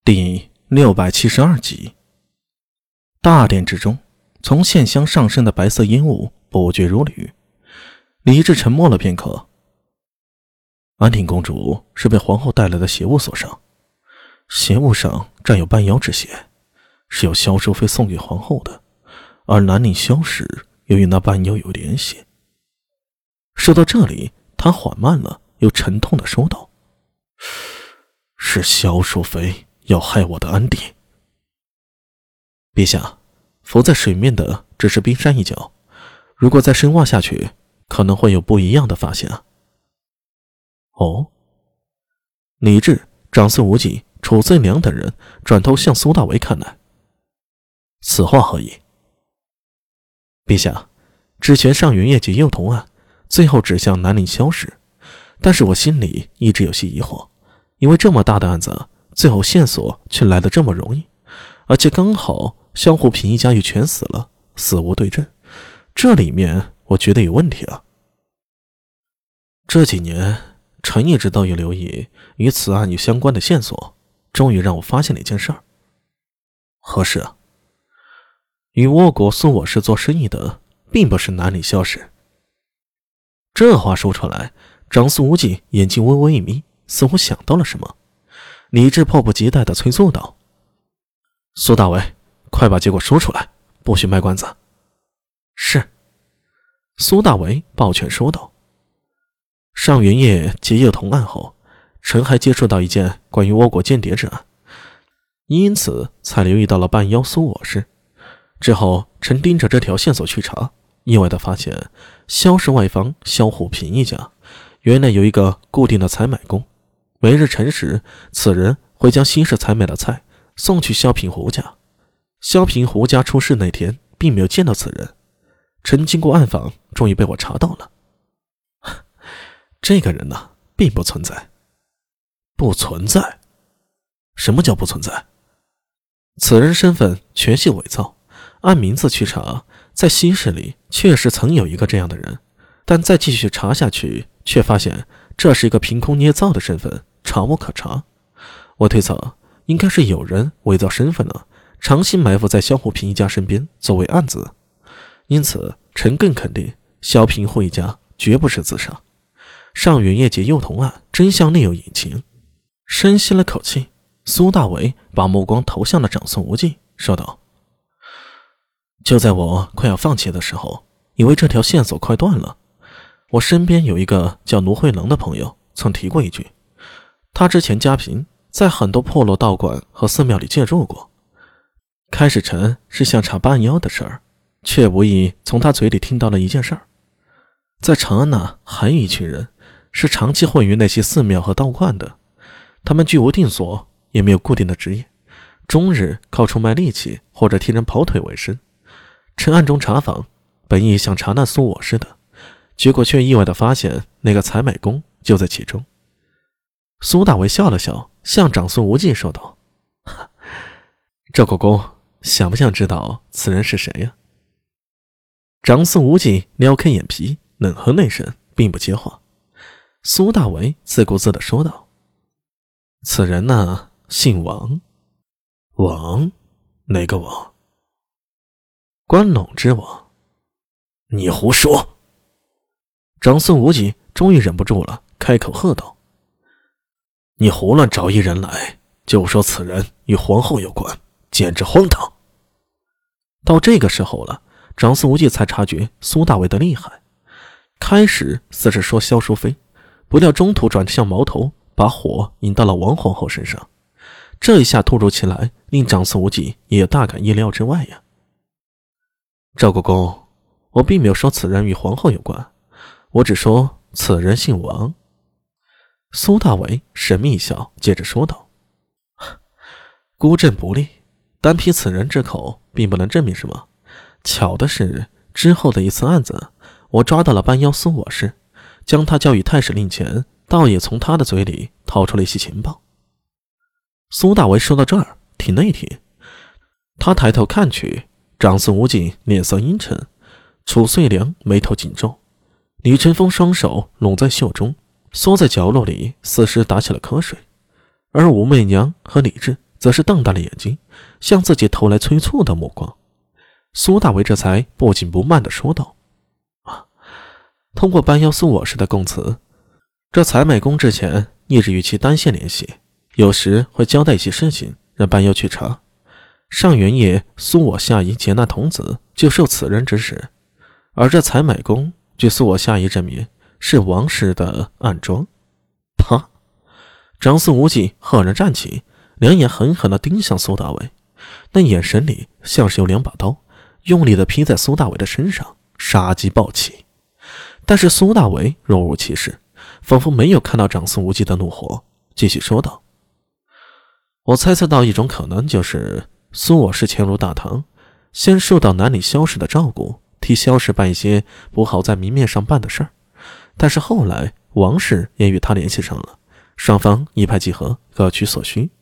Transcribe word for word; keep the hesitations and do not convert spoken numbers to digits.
第六百七十二集。大殿之中，从线香上升的白色烟雾不绝如缕。李治沉默了片刻。安婷公主是被皇后带来的邪物所伤，邪物上沾有半妖之血，是由萧淑妃送给皇后的，而南岭萧氏又与那半妖有联系。说到这里，他缓慢了又沉痛地说道：是萧淑妃要害我的安迪。陛下，浮在水面的只是冰山一角，如果再深挖下去，可能会有不一样的发现啊。哦，李治、长孙无忌、褚遂良等人转头向苏大为看来。此话何意？陛下，之前上元夜解幼童案最后指向南岭萧氏，但是我心里一直有些疑惑，因为这么大的案子，最后线索却来得这么容易，而且刚好萧湖平一家又全死了，死无对证，这里面我觉得有问题啊。这几年臣一直都有留意与此案有相关的线索，终于让我发现了一件事儿。何事啊？与倭国苏我氏做生意的并不是南岭萧氏。这话说出来，长孙无忌眼睛微微一眯，似乎想到了什么。李治迫不及待地催促道：苏大为，快把结果说出来，不许卖关子。是。苏大为抱拳说道。上元夜结幼童案后，臣还接触到一件关于倭国间谍之案，因此才留意到了半妖苏我氏。之后臣盯着这条线索去查，意外地发现萧氏外方萧虎平一家原来有一个固定的采买工，每日辰时，此人会将西市采买的菜送去萧平胡家。萧平胡家出事那天并没有见到此人，臣经过暗访，终于被我查到了。这个人呢，并不存在。不存在？什么叫不存在？此人身份全系伪造，按名字去查，在西市里确实曾有一个这样的人，但再继续查下去，却发现这是一个凭空捏造的身份，查无可查。我推测，应该是有人伪造身份了，长期埋伏在萧虎平一家身边作为案子，因此臣更肯定萧平户一家绝不是自杀。上元夜结幼童案真相另有隐情。深吸了口气，苏大为把目光投向了长孙无忌，说道：就在我快要放弃的时候，以为这条线索快断了，我身边有一个叫卢慧能的朋友曾提过一句，他之前家贫，在很多破落道观和寺庙里借住过。开始臣是想查半妖的事儿，却无意从他嘴里听到了一件事儿。在长安那还有一群人是长期混于那些寺庙和道观的，他们居无定所，也没有固定的职业，终日靠出卖力气或者替人跑腿为生。臣暗中查访，本意想查那苏我氏的，结果却意外地发现那个采买工就在其中。苏大为笑了笑，向长孙无忌说道：赵国公，想不想知道此人是谁呀？长孙无忌撩开眼皮，冷哼了一声，并不接话。苏大为自顾自地说道：此人呢，姓王。王？哪个王？关陇之王。你胡说！长孙无忌终于忍不住了，开口喝道：你胡乱找一人来，就说此人与皇后有关，简直荒唐。到这个时候了，长孙无忌才察觉苏大为的厉害。开始似是说萧淑妃，不料中途转向矛头，把火引到了王皇后身上。这一下突如其来，令长孙无忌也大感意料之外呀。赵国公，我并没有说此人与皇后有关，我只说此人姓王。苏大为神秘一笑，接着说道：孤证不立，单凭此人之口并不能证明什么。巧的是，之后的一次案子，我抓到了半妖苏我氏，将他交与太史令前，倒也从他的嘴里掏出了一些情报。苏大为说到这儿，停了一停，他抬头看去，长孙无忌脸色阴沉，褚遂良眉头紧皱，李晨风双手拢在袖中，缩在角落里，似是打起了瞌睡。而武媚娘和李治则是瞪大了眼睛，向自己投来催促的目光。苏大为这才不紧不慢地说道：“啊，通过班妖苏我氏的供词，这采美宫之前一直与其单线联系，有时会交代一些事情让班妖去查。上元夜苏我下仪劫难童子就受此人指使，而这采美宫据苏我下仪证明是王氏的暗桩。”啪！长孙无忌赫然站起，两眼狠狠地盯向苏大伟，那眼神里像是有两把刀，用力地劈在苏大伟的身上，杀机暴起。但是苏大伟若无其事，仿佛没有看到长孙无忌的怒火，继续说道：“我猜测到一种可能，就是苏我氏潜入大唐，先受到南里萧氏的照顾，替萧氏办一些不好在明面上办的事儿。但是后来王氏也与他联系上了，双方一拍即合，各取所需。